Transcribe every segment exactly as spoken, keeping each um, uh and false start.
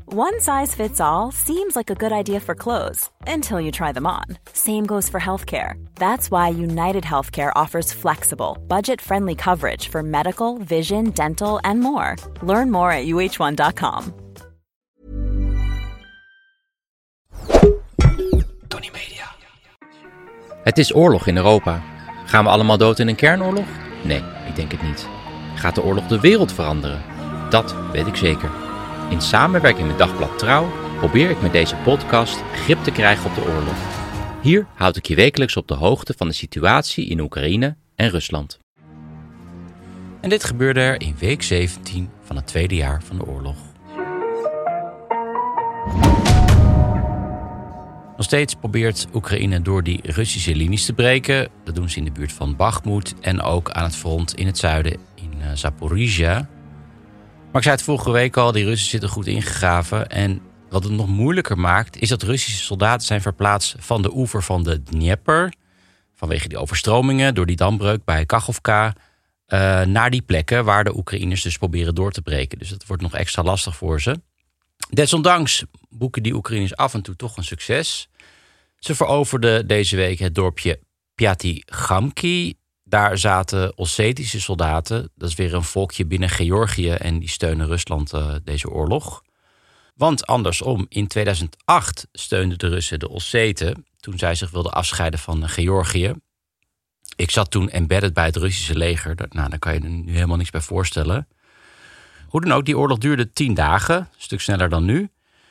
One size fits all seems like a good idea for clothes until you try them on. Same goes for healthcare. That's why United Healthcare offers flexible, budget-friendly coverage for medical, vision, dental, and more. Learn more at U H one dot com. Tony Media. Het is oorlog in Europa. Gaan we allemaal dood in een kernoorlog? Nee, ik denk het niet. Gaat de oorlog de wereld veranderen? Dat weet ik zeker. In samenwerking met Dagblad Trouw probeer ik met deze podcast grip te krijgen op de oorlog. Hier houd ik je wekelijks op de hoogte van de situatie in Oekraïne en Rusland. En dit gebeurde er in week zeventien van het tweede jaar van de oorlog. Nog steeds probeert Oekraïne door die Russische linies te breken. Dat doen ze in de buurt van Bakhmut en ook aan het front in het zuiden in uh, Zaporizhia. Maar ik zei het vorige week al, die Russen zitten goed ingegraven. En wat het nog moeilijker maakt, is dat Russische soldaten zijn verplaatst van de oever van de Dnieper, vanwege die overstromingen door die dambreuk bij Kachovka, uh, naar die plekken waar de Oekraïners dus proberen door te breken. Dus dat wordt nog extra lastig voor ze. Desondanks boeken die Oekraïners af en toe toch een succes. Ze veroverden deze week het dorpje Pyatighamki. Daar zaten Ossetische soldaten. Dat is weer een volkje binnen Georgië en die steunen Rusland uh, deze oorlog. Want andersom, in tweeduizend acht steunden de Russen de Osseten toen zij zich wilden afscheiden van uh, Georgië. Ik zat toen embedded bij het Russische leger. Nou, daar kan je er nu helemaal niks bij voorstellen. Hoe dan ook, die oorlog duurde tien dagen, een stuk sneller dan nu.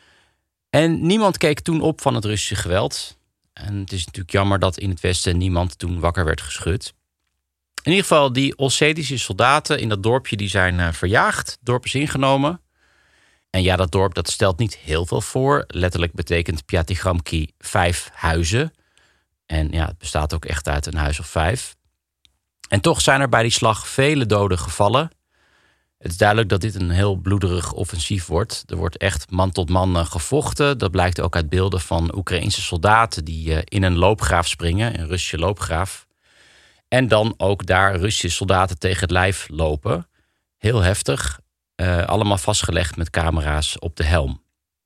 En niemand keek toen op van het Russische geweld. En het is natuurlijk jammer dat in het Westen niemand toen wakker werd geschud. In ieder geval, die Ossetische soldaten in dat dorpje die zijn uh, verjaagd. Het dorp is ingenomen. En ja, dat dorp dat stelt niet heel veel voor. Letterlijk betekent Pyatighamki vijf huizen. En ja, het bestaat ook echt uit een huis of vijf. En toch zijn er bij die slag vele doden gevallen. Het is duidelijk dat dit een heel bloederig offensief wordt. Er wordt echt man tot man gevochten. Dat blijkt ook uit beelden van Oekraïnse soldaten die uh, in een loopgraaf springen, een Russische loopgraaf. En dan ook daar Russische soldaten tegen het lijf lopen. Heel heftig. Uh, allemaal vastgelegd met camera's op de helm.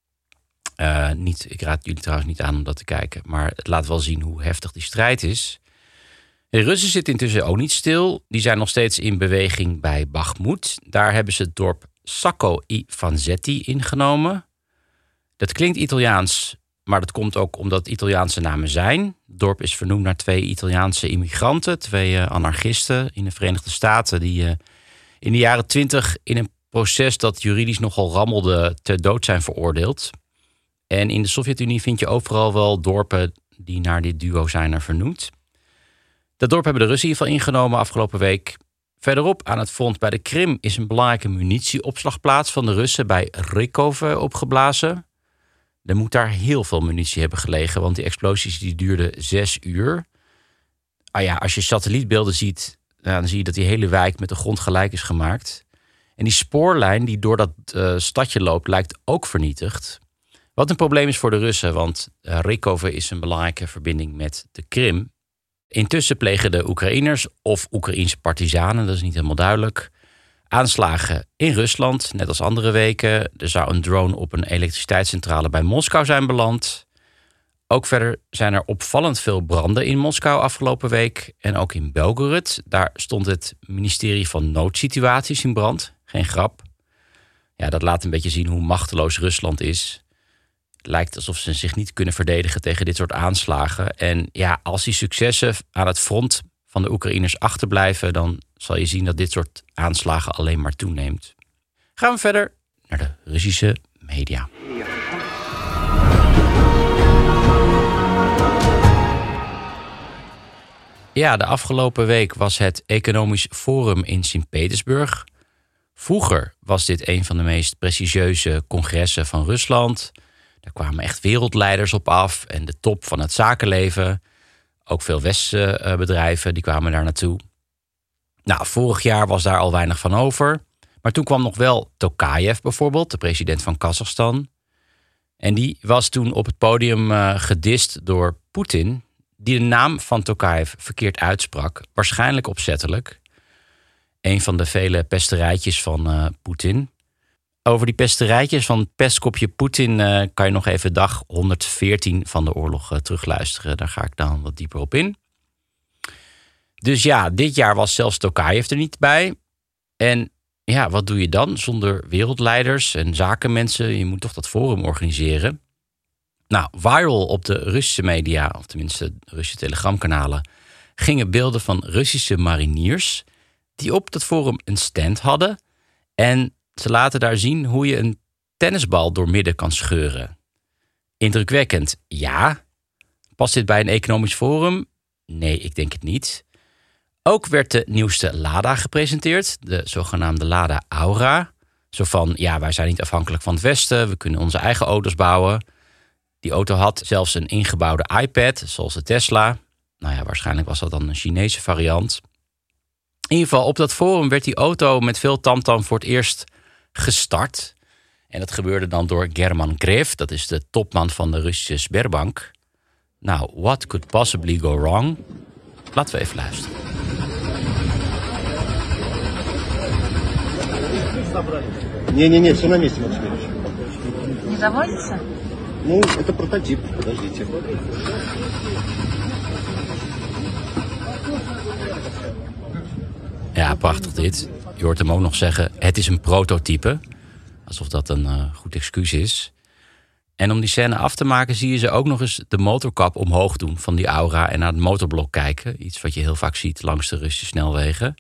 Uh, niet, ik raad jullie trouwens niet aan om dat te kijken. Maar het laat wel zien hoe heftig die strijd is. De Russen zitten intussen ook niet stil. Die zijn nog steeds in beweging bij Bakhmut. Daar hebben ze het dorp Sacco i Vanzetti ingenomen. Dat klinkt Italiaans, maar dat komt ook omdat het Italiaanse namen zijn. Het dorp is vernoemd naar twee Italiaanse immigranten, twee uh, anarchisten in de Verenigde Staten, die uh, in de jaren twintig in een proces dat juridisch nogal rammelde ter dood zijn veroordeeld. En in de Sovjet-Unie vind je overal wel dorpen die naar dit duo zijn er vernoemd. Dat dorp hebben de Russen in ieder geval ingenomen afgelopen week. Verderop aan het front bij de Krim is een belangrijke munitieopslagplaats van de Russen bij Rykove opgeblazen. Er moet daar heel veel munitie hebben gelegen, want die explosies die duurden zes uur. Ah ja, als je satellietbeelden ziet, dan zie je dat die hele wijk met de grond gelijk is gemaakt. En die spoorlijn die door dat uh, stadje loopt lijkt ook vernietigd. Wat een probleem is voor de Russen, want uh, Rykove is een belangrijke verbinding met de Krim. Intussen plegen de Oekraïners of Oekraïense partizanen, dat is niet helemaal duidelijk, aanslagen in Rusland, net als andere weken. Er zou een drone op een elektriciteitscentrale bij Moskou zijn beland. Ook verder zijn er opvallend veel branden in Moskou afgelopen week. En ook in Belgorod. Daar stond het ministerie van Noodsituaties in brand. Geen grap. Ja, dat laat een beetje zien hoe machteloos Rusland is. Het lijkt alsof ze zich niet kunnen verdedigen tegen dit soort aanslagen. En ja, als die successen aan het front van de Oekraïners achterblijven, dan zal je zien dat dit soort aanslagen alleen maar toeneemt. Gaan we verder naar de Russische media. Ja, de afgelopen week was het Economisch Forum in Sint-Petersburg. Vroeger was dit een van de meest prestigieuze congressen van Rusland. Daar kwamen echt wereldleiders op af en de top van het zakenleven. Ook veel westerse bedrijven die kwamen daar naartoe. Nou, vorig jaar was daar al weinig van over. Maar toen kwam nog wel Tokayev bijvoorbeeld, de president van Kazachstan. En die was toen op het podium uh, gedist door Poetin, die de naam van Tokayev verkeerd uitsprak. Waarschijnlijk opzettelijk. Een van de vele pesterijtjes van uh, Poetin. Over die pesterijtjes van pestkopje Poetin uh, kan je nog even dag honderdveertien van de oorlog uh, terugluisteren. Daar ga ik dan wat dieper op in. Dus ja, dit jaar was zelfs Tokayev er niet bij. En ja, wat doe je dan zonder wereldleiders en zakenmensen? Je moet toch dat forum organiseren. Nou, viral op de Russische media, of tenminste de Russische telegramkanalen, gingen beelden van Russische mariniers die op dat forum een stand hadden. En ze laten daar zien hoe je een tennisbal doormidden kan scheuren. Indrukwekkend, ja. Past dit bij een economisch forum? Nee, ik denk het niet. Ook werd de nieuwste Lada gepresenteerd, de zogenaamde Lada Aura. Zo van, ja, wij zijn niet afhankelijk van het Westen, we kunnen onze eigen auto's bouwen. Die auto had zelfs een ingebouwde iPad, zoals de Tesla. Nou ja, waarschijnlijk was dat dan een Chinese variant. In ieder geval, op dat forum werd die auto met veel tamtam voor het eerst gestart. En dat gebeurde dan door German Grev, dat is de topman van de Russische Sberbank. Nou, what could possibly go wrong? Laten we even luisteren. Не-не-не, все на месте, Максим Ильич. Не заводится? Ну, это прототип, подождите. Ja, prachtig dit. Je hoort hem ook nog zeggen, het is een prototype. Alsof dat een uh, goed excuus is. En om die scène af te maken zie je ze ook nog eens de motorkap omhoog doen van die Aura en naar het motorblok kijken. Iets wat je heel vaak ziet langs de Russische snelwegen.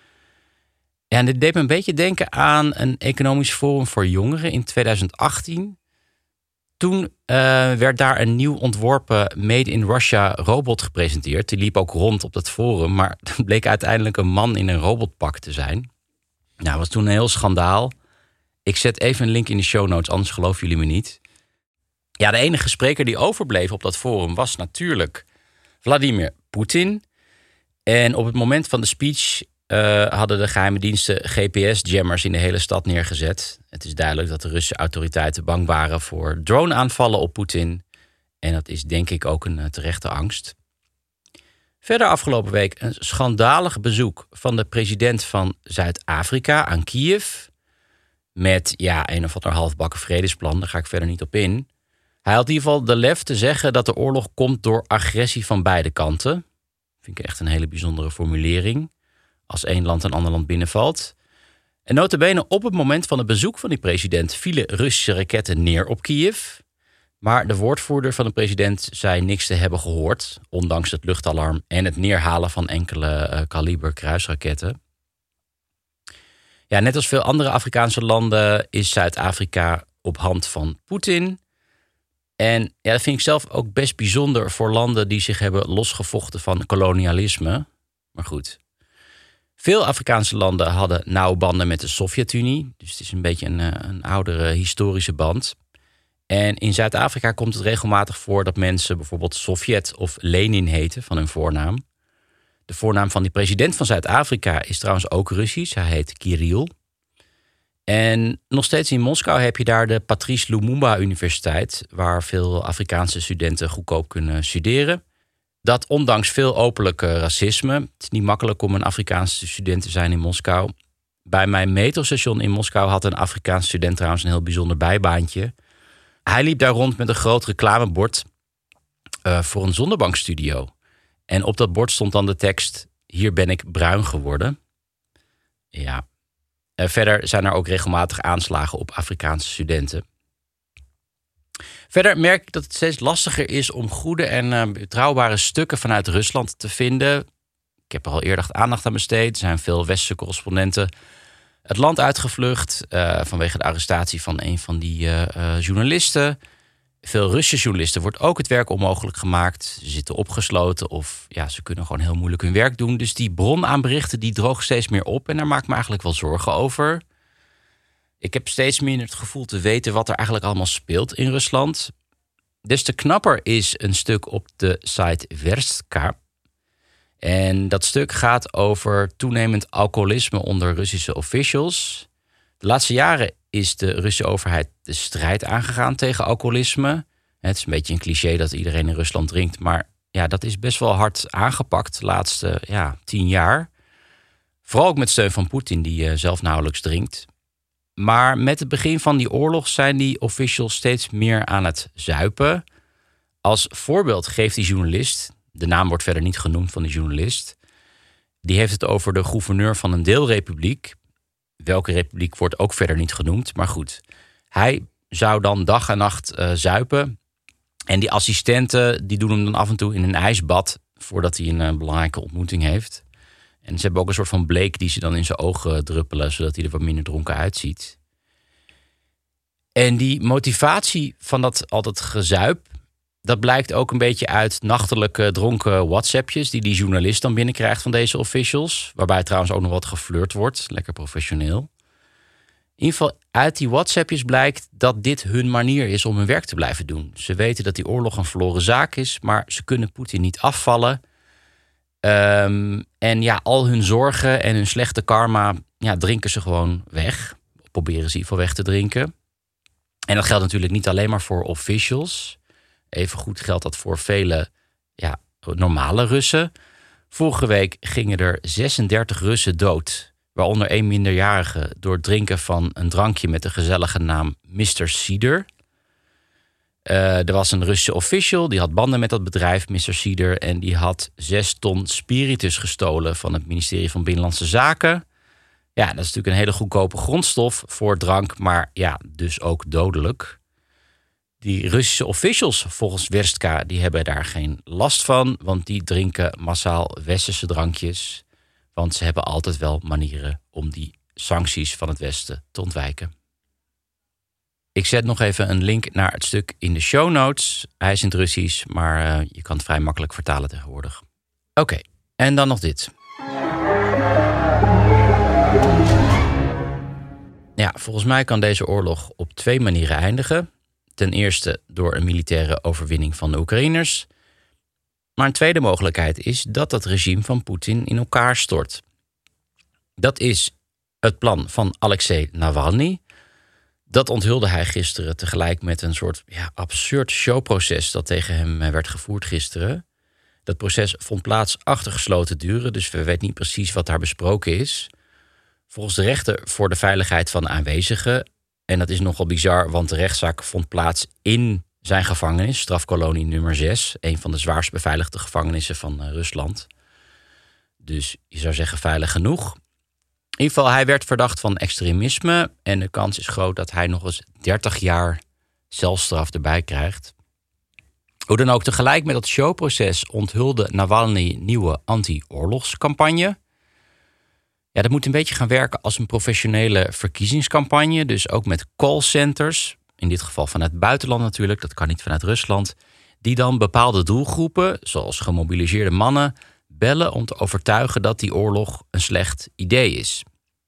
Ja, en dit deed me een beetje denken aan een economisch forum voor jongeren in tweeduizend achttien. Toen uh, werd daar een nieuw ontworpen Made in Russia robot gepresenteerd. Die liep ook rond op dat forum, maar dat bleek uiteindelijk een man in een robotpak te zijn. Nou, dat was toen een heel schandaal. Ik zet even een link in de show notes, anders geloven jullie me niet. Ja, de enige spreker die overbleef op dat forum was natuurlijk Vladimir Poetin. En op het moment van de speech uh, hadden de geheime diensten G P S-jammers in de hele stad neergezet. Het is duidelijk dat de Russische autoriteiten bang waren voor drone-aanvallen op Poetin. En dat is denk ik ook een uh, terechte angst. Verder afgelopen week een schandalig bezoek van de president van Zuid-Afrika aan Kiev. Met ja, een of ander halfbakken vredesplan, daar ga ik verder niet op in. Hij had in ieder geval de lef te zeggen dat de oorlog komt door agressie van beide kanten. Vind ik echt een hele bijzondere formulering. Als één land een ander land binnenvalt. En nota bene op het moment van het bezoek van die president vielen Russische raketten neer op Kiev. Maar de woordvoerder van de president zei niks te hebben gehoord. Ondanks het luchtalarm en het neerhalen van enkele uh, kaliber kruisraketten. Ja, net als veel andere Afrikaanse landen is Zuid-Afrika op hand van Poetin. En ja, dat vind ik zelf ook best bijzonder voor landen die zich hebben losgevochten van kolonialisme. Maar goed. Veel Afrikaanse landen hadden nauwe banden met de Sovjet-Unie. Dus het is een beetje een, een oudere historische band. En in Zuid-Afrika komt het regelmatig voor dat mensen bijvoorbeeld Sovjet of Lenin heten van hun voornaam. De voornaam van die president van Zuid-Afrika is trouwens ook Russisch. Hij heet Kirill. En nog steeds in Moskou heb je daar de Patrice Lumumba Universiteit, waar veel Afrikaanse studenten goedkoop kunnen studeren. Dat ondanks veel openlijke racisme. Het is niet makkelijk om een Afrikaanse student te zijn in Moskou. Bij mijn metrostation in Moskou had een Afrikaanse student trouwens een heel bijzonder bijbaantje. Hij liep daar rond met een groot reclamebord uh, voor een zonnebankstudio. En op dat bord stond dan de tekst: hier ben ik bruin geworden. Ja. Uh, verder zijn er ook regelmatig aanslagen op Afrikaanse studenten. Verder merk ik dat het steeds lastiger is om goede en uh, betrouwbare stukken vanuit Rusland te vinden. Ik heb er al eerder aandacht aan besteed. Er zijn veel westerse correspondenten het land uitgevlucht uh, vanwege de arrestatie van een van die uh, uh, journalisten. Veel Russische journalisten wordt ook het werk onmogelijk gemaakt. Ze zitten opgesloten of ja, ze kunnen gewoon heel moeilijk hun werk doen. Dus die bron aan berichten die droogt steeds meer op en daar maak ik me eigenlijk wel zorgen over. Ik heb steeds minder het gevoel te weten wat er eigenlijk allemaal speelt in Rusland. Des te knapper is een stuk op de site Verstka. En dat stuk gaat over toenemend alcoholisme onder Russische officials. De laatste jaren is de Russische overheid de strijd aangegaan tegen alcoholisme. Het is een beetje een cliché dat iedereen in Rusland drinkt, maar ja, dat is best wel hard aangepakt de laatste ja, tien jaar. Vooral ook met steun van Poetin, die uh, zelf nauwelijks drinkt. Maar met het begin van die oorlog zijn die officials steeds meer aan het zuipen. Als voorbeeld geeft die journalist, de naam wordt verder niet genoemd van die journalist, die heeft het over de gouverneur van een deelrepubliek. Welke republiek wordt ook verder niet genoemd, maar goed. Hij zou dan dag en nacht uh, zuipen. En die assistenten die doen hem dan af en toe in een ijsbad voordat hij een uh, belangrijke ontmoeting heeft. En ze hebben ook een soort van bleek die ze dan in zijn ogen druppelen, zodat hij er wat minder dronken uitziet. En die motivatie van dat altijd gezuip, dat blijkt ook een beetje uit nachtelijke dronken WhatsAppjes die die journalist dan binnenkrijgt van deze officials. Waarbij trouwens ook nog wat geflirt wordt. Lekker professioneel. In ieder geval uit die WhatsAppjes blijkt dat dit hun manier is om hun werk te blijven doen. Ze weten dat die oorlog een verloren zaak is, maar ze kunnen Poetin niet afvallen. Um, en ja, al hun zorgen en hun slechte karma, ja, drinken ze gewoon weg. Proberen ze in ieder geval weg te drinken. En dat geldt natuurlijk niet alleen maar voor officials. Evengoed geldt dat voor vele ja, normale Russen. Vorige week gingen er zesendertig Russen dood, waaronder één minderjarige, door het drinken van een drankje met de gezellige naam mister Cider. Uh, er was een Russische official, die had banden met dat bedrijf, mister Cider, en die had zes ton spiritus gestolen van het ministerie van Binnenlandse Zaken. Ja, dat is natuurlijk een hele goedkope grondstof voor drank, maar ja, dus ook dodelijk. Die Russische officials, volgens Verstka, die hebben daar geen last van, want die drinken massaal westerse drankjes. Want ze hebben altijd wel manieren om die sancties van het Westen te ontwijken. Ik zet nog even een link naar het stuk in de show notes. Hij is in het Russisch, maar uh, je kan het vrij makkelijk vertalen tegenwoordig. Oké, okay, en dan nog dit. Ja, volgens mij kan deze oorlog op twee manieren eindigen. Ten eerste door een militaire overwinning van de Oekraïners. Maar een tweede mogelijkheid is dat het regime van Poetin in elkaar stort. Dat is het plan van Alexei Navalny. Dat onthulde hij gisteren tegelijk met een soort ja, absurd showproces dat tegen hem werd gevoerd gisteren. Dat proces vond plaats achter gesloten deuren, dus we weten niet precies wat daar besproken is. Volgens de rechter voor de veiligheid van de aanwezigen. En dat is nogal bizar, want de rechtszaak vond plaats in zijn gevangenis, strafkolonie nummer zes. Een van de zwaarst beveiligde gevangenissen van uh, Rusland. Dus je zou zeggen veilig genoeg. In ieder geval, hij werd verdacht van extremisme. En de kans is groot dat hij nog eens dertig jaar celstraf erbij krijgt. Hoe dan ook, tegelijk met dat showproces onthulde Navalny nieuwe anti-oorlogscampagne. Ja, dat moet een beetje gaan werken als een professionele verkiezingscampagne. Dus ook met callcenters, in dit geval vanuit het buitenland natuurlijk, dat kan niet vanuit Rusland, die dan bepaalde doelgroepen, zoals gemobiliseerde mannen, bellen om te overtuigen dat die oorlog een slecht idee is.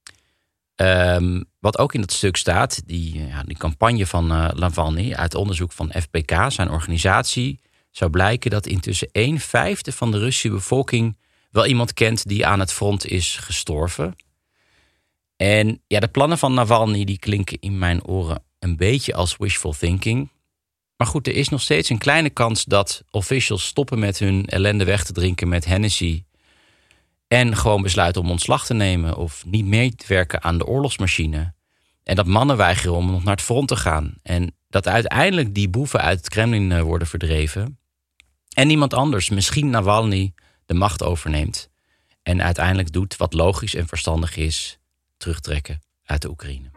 Um, wat ook in dat stuk staat, die, ja, die campagne van uh, Navalny uit onderzoek van F P K, zijn organisatie, zou blijken dat intussen een vijfde van de Russische bevolking wel iemand kent die aan het front is gestorven. En ja, de plannen van Navalny die klinken in mijn oren een beetje als wishful thinking. Maar goed, er is nog steeds een kleine kans dat officials stoppen met hun ellende weg te drinken met Hennessy en gewoon besluiten om ontslag te nemen of niet mee te werken aan de oorlogsmachine. En dat mannen weigeren om nog naar het front te gaan. En dat uiteindelijk die boeven uit het Kremlin worden verdreven. En niemand anders, misschien Navalny, de macht overneemt. En uiteindelijk doet wat logisch en verstandig is, terugtrekken uit de Oekraïne.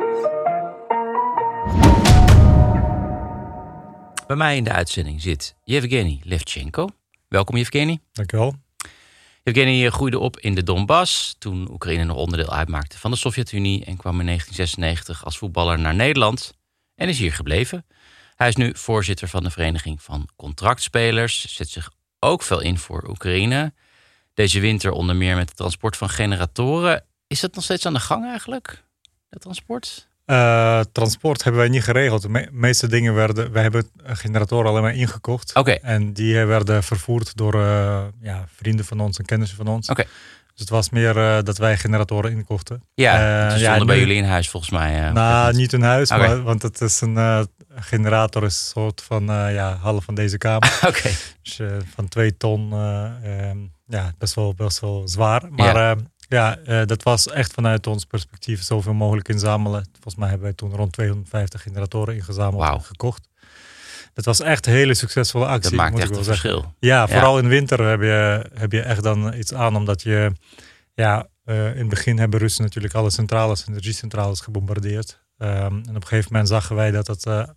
Bij mij in de uitzending zit Yevgeny Levchenko. Welkom Yevgeny. Dank je wel. Yevgeny groeide op in de Donbass toen Oekraïne nog onderdeel uitmaakte van de Sovjet-Unie en kwam in negentien zesennegentig als voetballer naar Nederland en is hier gebleven. Hij is nu voorzitter van de Vereniging van Contractspelers, zet zich ook veel in voor Oekraïne. Deze winter onder meer met het transport van generatoren. Is dat nog steeds aan de gang eigenlijk, dat transport? Uh, transport hebben wij niet geregeld. De me- meeste dingen werden... Wij hebben generatoren alleen maar ingekocht. Okay. En die werden vervoerd door uh, ja, vrienden van ons en kennissen van ons. Okay. Dus het was meer uh, dat wij generatoren inkochten. Ja, uh, ze stonden ja, bij nu, jullie in huis volgens mij. Uh, nou, niet in huis, okay. maar, want het is een uh, generator is een soort van uh, ja, half van deze kamer. Oké. Okay. Dus uh, van twee ton, uh, um, ja, best wel, best wel zwaar. Maar ja. uh, Ja, uh, dat was echt vanuit ons perspectief zoveel mogelijk inzamelen. Volgens mij hebben wij toen rond tweehonderdvijftig generatoren ingezameld Wauw. en gekocht. Dat was echt een hele succesvolle actie. Dat maakt moet echt ik wel een zeggen. verschil. Ja, vooral ja. in winter heb je, heb je echt dan iets aan. Omdat je, ja, uh, in het begin hebben Russen natuurlijk alle centrales, energiecentrales gebombardeerd. Um, en op een gegeven moment zagen wij dat het uh,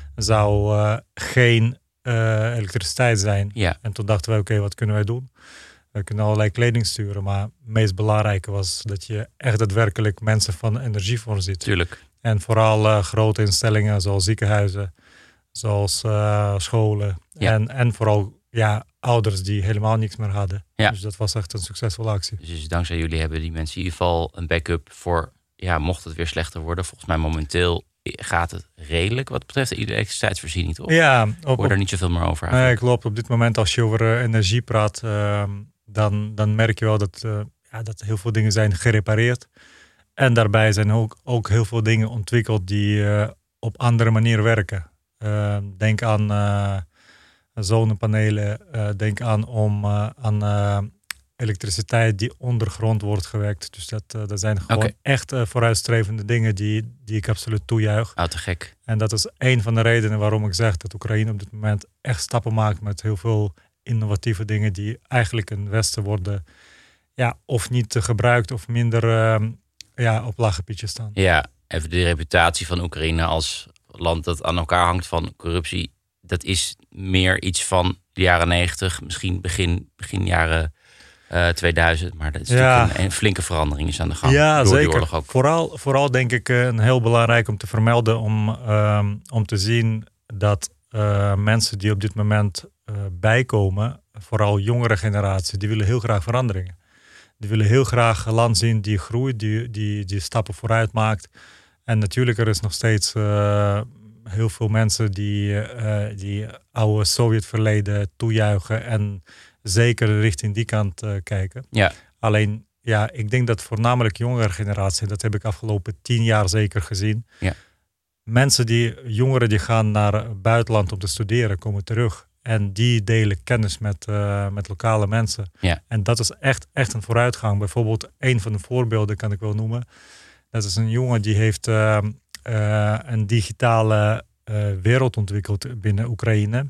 zou uh, geen uh, elektriciteit zijn. Ja. En toen dachten wij, oké, okay, wat kunnen wij doen? We kunnen allerlei kleding sturen, maar het meest belangrijke was dat je echt daadwerkelijk mensen van energie voorziet. Tuurlijk. En vooral uh, grote instellingen zoals ziekenhuizen, zoals uh, scholen. Ja. En, en vooral ja, ouders die helemaal niks meer hadden. Ja. Dus dat was echt een succesvolle actie. Dus dankzij jullie hebben die mensen in ieder geval een backup voor, ja, mocht het weer slechter worden. Volgens mij momenteel gaat het redelijk wat betreft de elektriciteitsvoorziening, toch? Ja. Ik hoor er niet zoveel meer over. Eigenlijk. Nee, klopt. Op dit moment als je over uh, energie praat, uh, dan, dan merk je wel dat, uh, ja, dat heel veel dingen zijn gerepareerd. En daarbij zijn ook, ook heel veel dingen ontwikkeld die uh, op andere manier werken. Uh, denk aan uh, zonnepanelen. Uh, denk aan, om, uh, aan uh, elektriciteit die ondergrond wordt gewerkt. Dus dat, uh, dat zijn gewoon okay. echt uh, vooruitstrevende dingen die, die ik absoluut toejuich. Oh, te gek. En dat is een van de redenen waarom ik zeg dat Oekraïne op dit moment echt stappen maakt met heel veel innovatieve dingen die eigenlijk in het Westen worden ja, of niet gebruikt of minder uh, ja, op lage pietjes staan. Ja, even de reputatie van Oekraïne als land dat aan elkaar hangt van corruptie. Dat is meer iets van de jaren negentig, misschien begin, begin jaren uh, tweeduizend. Maar dat is ja. natuurlijk een, een flinke verandering is aan de gang. Ja, door zeker. Die oorlog ook. Vooral, vooral denk ik uh, een heel belangrijk om te vermelden om, uh, om te zien dat uh, mensen die op dit moment uh, bijkomen, vooral jongere generatie, die willen heel graag veranderingen. Die willen heel graag een land zien die groeit, die, die, die stappen vooruit maakt. En natuurlijk, er is nog steeds uh, heel veel mensen die, uh, die oude Sovjetverleden toejuichen en zeker richting die kant uh, kijken. Ja. Alleen, ja, ik denk dat voornamelijk jongere generatie, dat heb ik afgelopen tien jaar zeker gezien. Ja. Mensen die, jongeren die gaan naar het buitenland om te studeren, komen terug. En die delen kennis met, uh, met lokale mensen. Ja. En dat is echt, echt een vooruitgang. Bijvoorbeeld, een van de voorbeelden kan ik wel noemen. Dat is een jongen die heeft uh, uh, een digitale uh, wereld ontwikkeld binnen Oekraïne.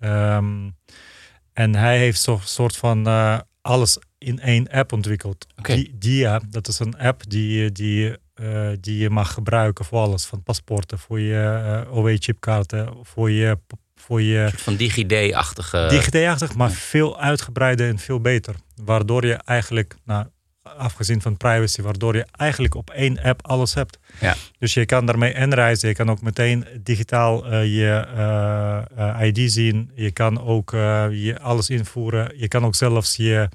Um, en hij heeft zo'n soort van uh, alles in één app ontwikkeld. Okay. Die, Dia, dat is een app die, die, uh, die je mag gebruiken voor alles. Van paspoorten, voor je uh, O E-chipkaarten, voor je... Voor je een soort van DigiD-achtige... DigiD-achtig, maar veel uitgebreider en veel beter. Waardoor je eigenlijk, nou, afgezien van privacy, waardoor je eigenlijk op één app alles hebt. Ja. Dus je kan daarmee inreizen. Je kan ook meteen digitaal uh, je uh, uh, I D zien. Je kan ook uh, je alles invoeren. Je kan ook zelfs je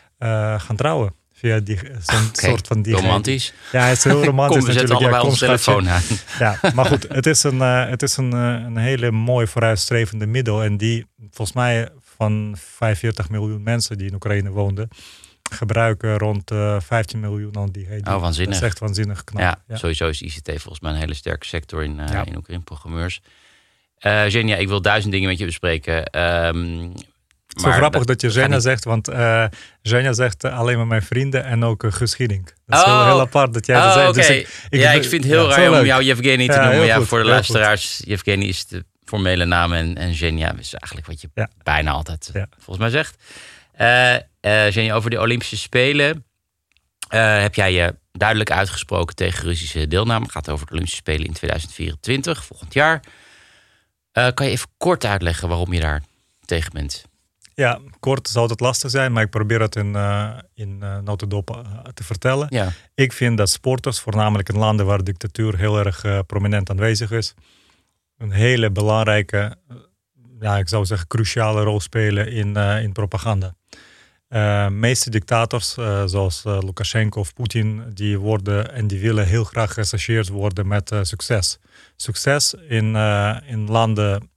uh, gaan trouwen. Via die, zo'n okay. soort van die. Romantisch. Ja, het is heel romantisch. Kom, we zetten allebei ja, onze telefoon aan. Ja, maar goed, het is een, uh, het is een, uh, een hele mooi vooruitstrevende middel. En die, volgens mij, van vijfenveertig miljoen mensen die in Oekraïne woonden, gebruiken rond uh, vijftien miljoen aan die. die oh, waanzinnig. Dat is echt waanzinnig knap. Ja, ja. Sowieso is I C T volgens mij een hele sterke sector in, uh, ja. in Oekraïne, programmeurs. Uh, Zhenya, ik wil duizend dingen met je bespreken. Um, Het is zo grappig dat, dat je Zhenya niet... zegt, want uh, Zhenya zegt uh, alleen maar mijn vrienden en ook uh, geschieding. Dat is oh. heel, heel apart dat jij oh, dat zegt. Okay. Dus ik, ik, ja, ik vind het heel ja, raar om leuk. jou Yevgeny te ja, noemen. Ja, goed, voor de luisteraars, goed. Yevgeny is de formele naam en, en Zhenya is eigenlijk wat je ja. bijna altijd ja. volgens mij zegt. Uh, uh, Zhenya, over de Olympische Spelen uh, heb jij je duidelijk uitgesproken tegen Russische deelname. Het gaat over de Olympische Spelen in tweeduizend vierentwintig, volgend jaar. Uh, kan je even kort uitleggen waarom je daar tegen bent? Ja, kort zou het lastig zijn, maar ik probeer het in, uh, in uh, notendop uh, te vertellen. Ja. Ik vind dat sporters, voornamelijk in landen waar dictatuur heel erg uh, prominent aanwezig is, een hele belangrijke, uh, ja, ik zou zeggen cruciale rol spelen in, uh, in propaganda. Uh, meeste dictators, uh, zoals uh, Lukashenko of Poetin, die worden en die willen heel graag geassocieerd worden met uh, succes. Succes in, uh, in landen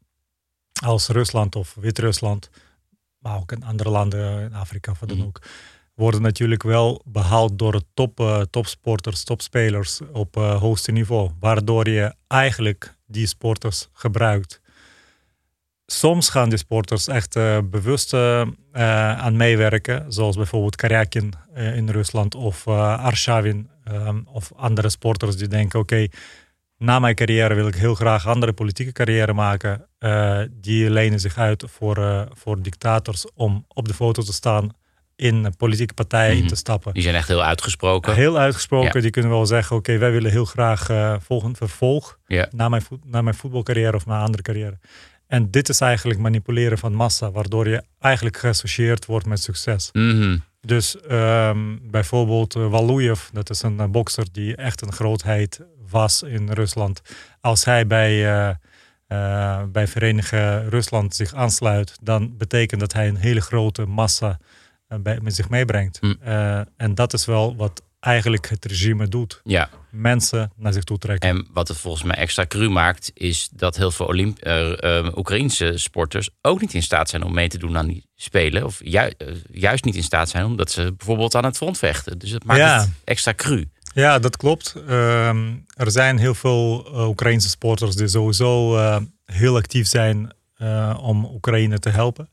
als Rusland of Wit-Rusland, maar ook in andere landen in Afrika of wat dan ook, worden natuurlijk wel behaald door top, uh, topsporters, topspelers op uh, hoogste niveau. Waardoor je eigenlijk die sporters gebruikt soms gaan die sporters echt uh, bewust uh, aan meewerken. Zoals bijvoorbeeld Karjakin uh, in Rusland of uh, Arshavin um, of andere sporters die denken... oké, okay, na mijn carrière wil ik heel graag andere politieke carrière maken. Uh, die lenen zich uit voor, uh, voor dictators om op de foto te staan... in politieke partijen mm-hmm. in te stappen. Die zijn echt heel uitgesproken. Heel uitgesproken. Ja. Die kunnen wel zeggen... oké, okay, wij willen heel graag uh, volgend vervolg... Ja. Na, mijn vo- na mijn voetbalcarrière of mijn andere carrière. En dit is eigenlijk manipuleren van massa... waardoor je eigenlijk geassocieerd wordt met succes. Mm-hmm. Dus um, bijvoorbeeld uh, Waluyev... dat is een uh, bokser die echt een grootheid was in Rusland. Als hij bij... Uh, uh, bij Verenigde Rusland zich aansluit... dan betekent dat hij een hele grote massa... Bij, met zich meebrengt. Mm. Uh, en dat is wel wat eigenlijk het regime doet. Ja. Mensen naar zich toe trekken. En wat het volgens mij extra cru maakt... is dat heel veel Olymp- uh, uh, Oekraïense sporters... ook niet in staat zijn om mee te doen aan die Spelen. Of ju- uh, juist niet in staat zijn... omdat ze bijvoorbeeld aan het front vechten. Dus het maakt ja. het extra cru. Ja, dat klopt. Um, er zijn heel veel uh, Oekraïense sporters... die sowieso uh, heel actief zijn... Uh, om Oekraïne te helpen.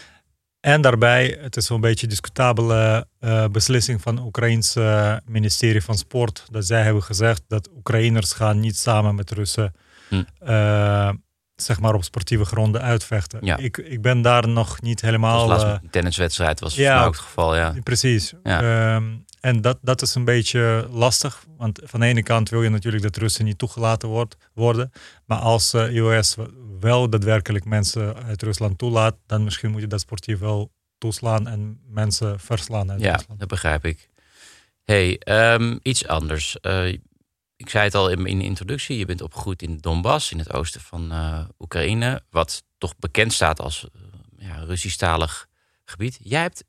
En daarbij, het is zo'n beetje een discutabele uh, beslissing van het Oekraïense uh, ministerie van Sport. Dat zij hebben gezegd dat Oekraïners gaan niet samen met Russen hm. uh, zeg maar op sportieve gronden uitvechten. Ja. Ik, ik ben daar nog niet helemaal... Zoals laatst een tenniswedstrijd was ja, ook het geval, ja. Precies. Ja. Um, en dat, dat is een beetje lastig. Want van de ene kant wil je natuurlijk dat Russen niet toegelaten wordt, worden. Maar als uh, U S wel daadwerkelijk mensen uit Rusland toelaat... dan misschien moet je dat sportief wel toeslaan en mensen verslaan uit ja, Rusland. Ja, dat begrijp ik. Hey, um, iets anders. Uh, ik zei het al in, in de introductie. Je bent opgegroeid in Donbass, in het oosten van uh, Oekraïne. Wat toch bekend staat als uh, ja, Russisch-talig gebied. Jij hebt...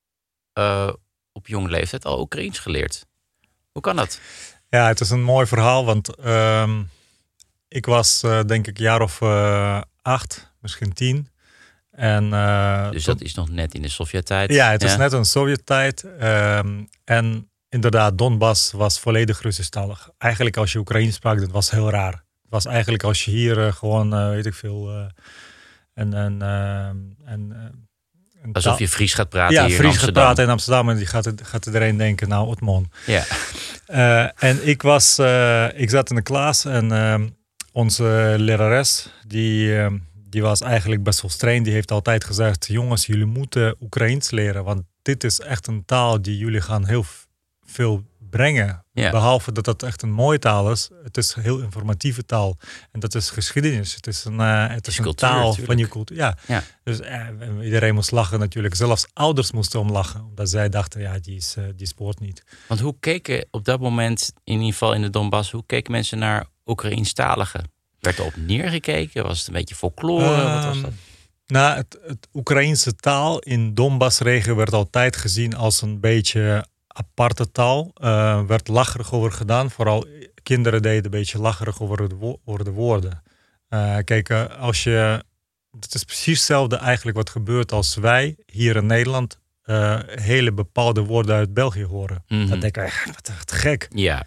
Uh, op jonge leeftijd al Oekraïens geleerd. Hoe kan dat? Ja, het is een mooi verhaal, want um, ik was uh, denk ik een jaar of uh, acht, misschien tien. En, uh, dus dat is nog net in de Sovjet-tijd? Ja, het ja. is net een Sovjet-tijd. Um, en inderdaad, Donbass was volledig Russisch-talig. Eigenlijk als je Oekraïens sprak, dat was heel raar. Het was eigenlijk als je hier uh, gewoon, uh, weet ik veel... Uh, en, en, uh, en, uh, Alsof je Fries gaat praten ja, hier Fries in Amsterdam. gaat praten in Amsterdam en die gaat, gaat iedereen denken, nou, Otmon. Ja. Uh, en ik was, uh, ik zat in de klas en uh, onze lerares, die, uh, die was eigenlijk best wel streng. Die heeft altijd gezegd, jongens, jullie moeten Oekraïens leren. Want dit is echt een taal die jullie gaan heel f- veel brengen. Ja. Behalve dat dat echt een mooie taal is. Het is een heel informatieve taal. En dat is geschiedenis. Het is een, uh, het is een cultuur, taal natuurlijk. Van je cultuur. Ja. Ja. Dus uh, iedereen moest lachen natuurlijk. Zelfs ouders moesten om lachen. Omdat zij dachten, ja, die, is, uh, die sport niet. Want hoe keken op dat moment, in ieder geval in de Donbass, hoe keken mensen naar Oekraïenstaligen? Werd er op neergekeken? Was het een beetje folklore? Um, Wat was dat? Nou, het, het Oekraïense taal in Donbass-regio werd altijd gezien als een beetje aparte taal. Uh, werd lacherig over gedaan. Vooral kinderen deden een beetje lacherig over de, wo- over de woorden. Uh, kijk, uh, als je... Het is precies hetzelfde eigenlijk wat gebeurt als wij hier in Nederland uh, hele bepaalde woorden uit België horen. Mm-hmm. Dan denk ik, wat, wat gek. Ja.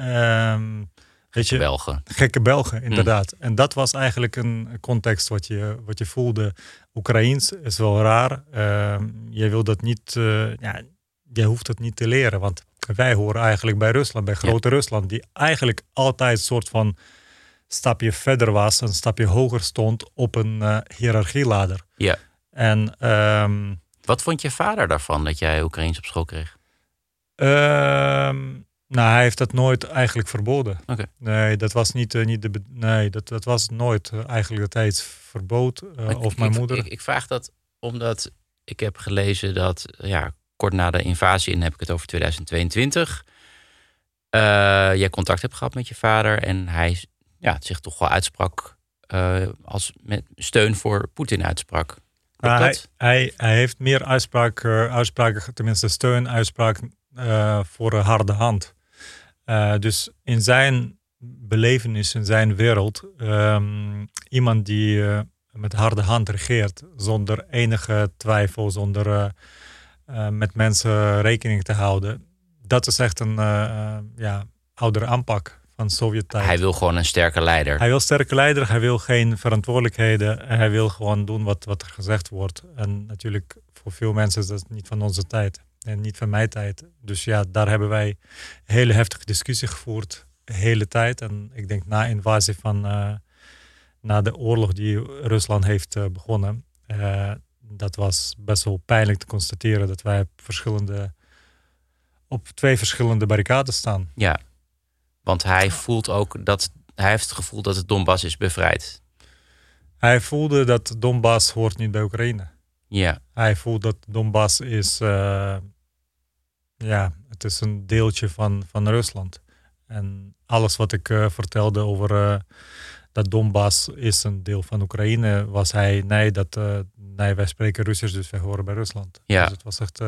Um, Weet je, Belgen. Gekke Belgen, inderdaad. Mm. En dat was eigenlijk een context wat je, wat je voelde. Oekraïens is wel raar. Uh, je wil dat niet... Uh, ja, je hoeft het niet te leren. Want wij horen eigenlijk bij Rusland, bij grote ja. Rusland... die eigenlijk altijd een soort van stapje verder was... een stapje hoger stond op een uh, hiërarchieladder. Ja. En, um, wat vond je vader daarvan, dat jij Oekraïens op school kreeg? Um, Nou, hij heeft dat nooit eigenlijk verboden. Okay. Nee, dat was niet, uh, niet de. Be- nee, dat, dat was nooit uh, eigenlijk dat hij iets verbood. Uh, ik, of mijn ik, moeder. Ik, ik vraag dat omdat ik heb gelezen dat ja, kort na de invasie, en heb ik het over tweeduizend tweeëntwintig, uh, jij contact hebt gehad met je vader en hij ja, zich toch wel uitsprak uh, als met steun voor Poetin uitsprak. Uh, hij, hij, hij heeft meer uitspraak, uh, uitspraken, tenminste steun, uitspraak uh, voor een harde hand. Uh, dus in zijn belevenis, in zijn wereld, um, iemand die uh, met harde hand regeert, zonder enige twijfel, zonder uh, uh, met mensen rekening te houden, dat is echt een uh, uh, ja, oudere aanpak van Sovjet-tijd. Hij wil gewoon een sterke leider. Hij wil sterke leider, hij wil geen verantwoordelijkheden. En hij wil gewoon doen wat, wat er gezegd wordt. En natuurlijk voor veel mensen is dat niet van onze tijd. En niet van mijn tijd. Dus ja, daar hebben wij een hele heftige discussie gevoerd. De hele tijd. En ik denk na invasie van... Uh, na de oorlog die Rusland heeft uh, begonnen... Uh, dat was best wel pijnlijk te constateren... dat wij op, verschillende, op twee verschillende barricades staan. Ja, want hij voelt ook dat... Hij heeft het gevoel dat het Donbass is bevrijd. Hij voelde dat Donbass hoort niet bij Oekraïne. Ja. Hij voelt dat Donbass is... Uh, ja, het is een deeltje van, van Rusland. En alles wat ik uh, vertelde over... Uh, dat Donbass is een deel van Oekraïne, was hij... Nee, dat, uh, nee wij spreken Russisch, dus wij horen bij Rusland. Ja. Dus het was echt... Uh,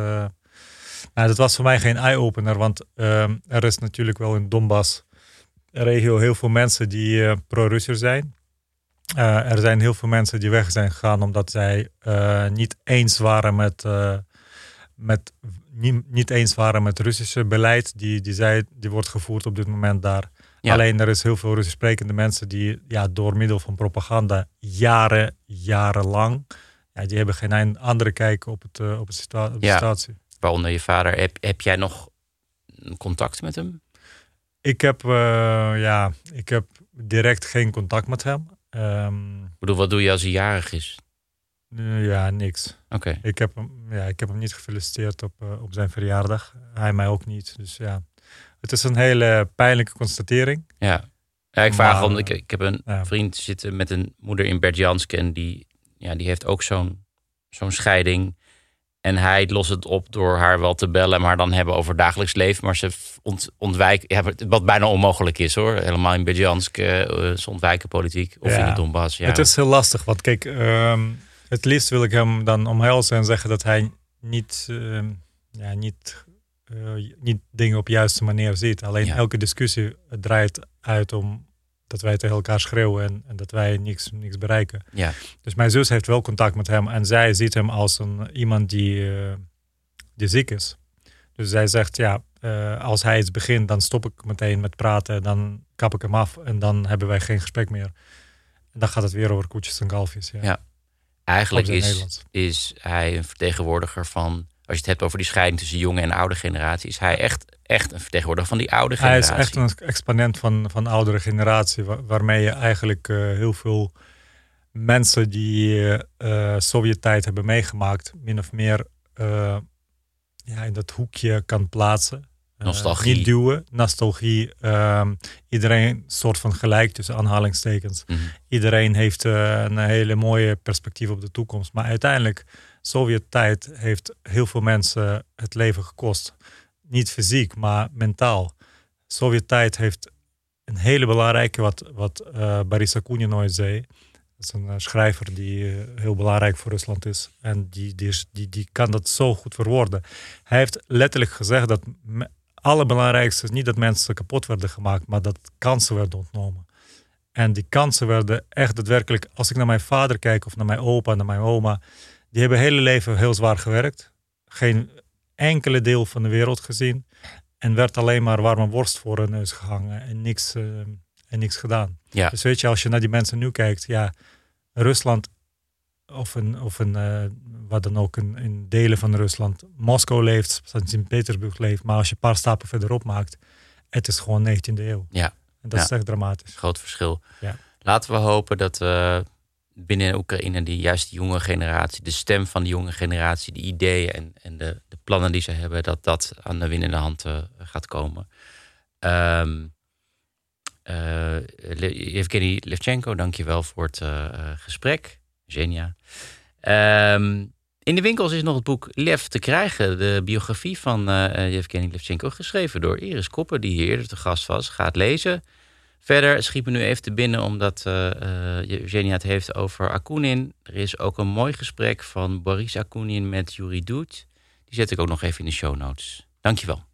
nou, dat was voor mij geen eye-opener, want uh, er is natuurlijk wel in Donbass-regio heel veel mensen die uh, pro-Russisch zijn. Uh, er zijn heel veel mensen die weg zijn gegaan omdat zij uh, niet eens waren met... Uh, met niet, niet eens waren met het Russische beleid die, die, zij, die wordt gevoerd op dit moment daar. Ja. Alleen er is heel veel Russisch sprekende mensen die ja, door middel van propaganda jaren, jarenlang, ja, die hebben geen andere kijk op, het, uh, op, het situa- op de ja. situatie. Waaronder je vader. Heb, heb jij nog contact met hem? Ik heb, uh, ja, ik heb direct geen contact met hem. Um, ik bedoel, wat doe je als hij jarig is? Uh, ja, niks. Oké. Okay. Ik heb hem, ja, ik heb hem niet gefeliciteerd op, uh, op zijn verjaardag. Hij mij ook niet. Dus ja, het is een hele pijnlijke constatering. Ja, ja ik vraag maar, om. Ik, ik heb een ja. vriend zitten met een moeder in Berdjansk en die, ja, die heeft ook zo'n, zo'n scheiding. En hij lost het op door haar wel te bellen, maar dan hebben over dagelijks leven. Maar ze ont, ontwijken, ja, wat bijna onmogelijk is hoor. Helemaal in Berdjansk, uh, ze ontwijken politiek of ja. in de Donbass. Ja. Het is heel lastig, want kijk, um, het liefst wil ik hem dan omhelzen en zeggen dat hij niet, uh, ja, niet, uh, niet dingen op de juiste manier ziet. Alleen ja. elke discussie draait uit om dat wij tegen elkaar schreeuwen en, en dat wij niks, niks bereiken. Ja. Dus mijn zus heeft wel contact met hem en zij ziet hem als een, iemand die, uh, die ziek is. Dus zij zegt, ja, uh, als hij iets begint, dan stop ik meteen met praten, dan kap ik hem af en dan hebben wij geen gesprek meer. En dan gaat het weer over koetjes en kalfjes. Ja. Ja. Eigenlijk is, is hij een vertegenwoordiger van, als je het hebt over die scheiding tussen jonge en oude generatie, is hij echt, echt een vertegenwoordiger van die oude generatie. Hij is echt een exponent van, van de oudere generatie, waar, waarmee je eigenlijk uh, heel veel mensen die uh, Sovjet-tijd hebben meegemaakt, min of meer uh, ja, in dat hoekje kan plaatsen. Nostalgie. Uh, niet duwen, nostalgie. Uh, iedereen soort van gelijk tussen aanhalingstekens. Mm-hmm. Iedereen heeft uh, een hele mooie perspectief op de toekomst. Maar uiteindelijk, Sovjet-tijd heeft heel veel mensen het leven gekost. Niet fysiek, maar mentaal. Sovjet-tijd heeft een hele belangrijke, wat, wat uh, Boris Akunin ooit zei. Dat is een uh, schrijver die uh, heel belangrijk voor Rusland is. En die, die, die, die kan dat zo goed verwoorden. Hij heeft letterlijk gezegd dat me, allerbelangrijkste is niet dat mensen kapot werden gemaakt, maar dat kansen werden ontnomen. En die kansen werden echt daadwerkelijk, als ik naar mijn vader kijk of naar mijn opa, naar mijn oma, die hebben hele leven heel zwaar gewerkt. Geen enkele deel van de wereld gezien. En werd alleen maar warme worst voor hun neus gehangen en niks, uh, en niks gedaan. Ja. Dus weet je, als je naar die mensen nu kijkt, ja, Rusland of een, of een uh, wat dan ook in, in delen van Rusland, Moskou leeft, Sint-Petersburg leeft, maar als je een paar stappen verderop maakt, het is gewoon negentiende eeuw. Ja. En dat ja. is echt dramatisch. Groot verschil. Ja. Laten we hopen dat we binnen Oekraïne die juist die jonge generatie, de stem van de jonge generatie, die ideeën en, en de, de plannen die ze hebben, dat dat aan de winnende hand uh, gaat komen. Um, uh, Yevgeny Levchenko, dank je wel voor het uh, gesprek. Zhenya. Um, in de winkels is nog het boek Lev te krijgen. De biografie van uh, Yevgeny Levchenko, geschreven door Iris Koppen, die hier eerder te gast was. Ga het lezen. Verder schiet me nu even te binnen, omdat uh, uh, Zhenya het heeft over Akunin. Er is ook een mooi gesprek van Boris Akunin met Yuri Dud. Die zet ik ook nog even in de show notes. Dank je wel.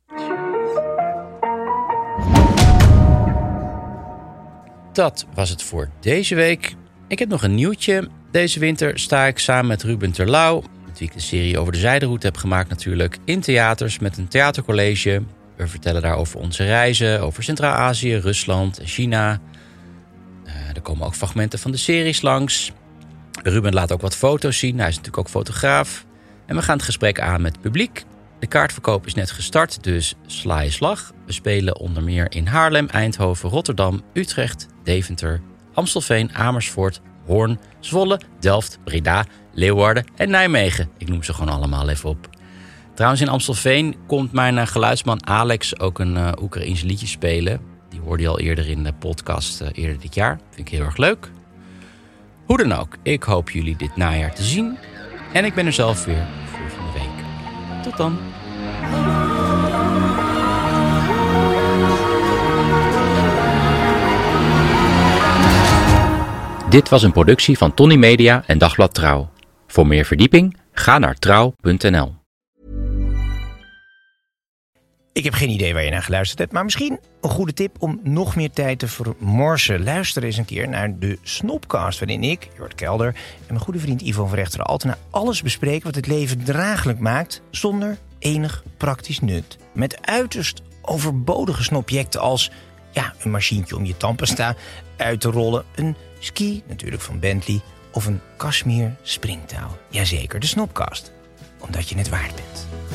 Dat was het voor deze week. Ik heb nog een nieuwtje. Deze winter sta ik samen met Ruben Terlouw, met wie ik de serie over de Zijderoute heb gemaakt natuurlijk, in theaters met een theatercollege. We vertellen daar over onze reizen, over Centraal-Azië, Rusland en China. Uh, er komen ook fragmenten van de series langs. Ruben laat ook wat foto's zien. Hij is natuurlijk ook fotograaf. En we gaan het gesprek aan met het publiek. De kaartverkoop is net gestart, dus sla je slag. We spelen onder meer in Haarlem, Eindhoven, Rotterdam, Utrecht, Deventer, Amstelveen, Amersfoort, Hoorn, Zwolle, Delft, Breda, Leeuwarden en Nijmegen. Ik noem ze gewoon allemaal even op. Trouwens, in Amstelveen komt mijn geluidsman Alex ook een uh, Oekraïens liedje spelen. Die hoorde je al eerder in de podcast uh, eerder dit jaar. Vind ik heel erg leuk. Hoe dan ook, ik hoop jullie dit najaar te zien. En ik ben er zelf weer volgende week. Tot dan. Dit was een productie van Tony Media en Dagblad Trouw. Voor meer verdieping, ga naar trouw punt n l. Ik heb geen idee waar je naar geluisterd hebt, maar misschien een goede tip om nog meer tijd te vermorsen. Luister eens een keer naar de Snopcast, waarin ik, Jort Kelder, en mijn goede vriend Ivo van Rechteren Altena alles bespreken wat het leven draaglijk maakt, zonder enig praktisch nut. Met uiterst overbodige snobjecten als ja, een machientje om je tandpasta uit te rollen, een ski, natuurlijk van Bentley, of een Kashmir springtouw. Jazeker, de Snopcast. Omdat je het waard bent.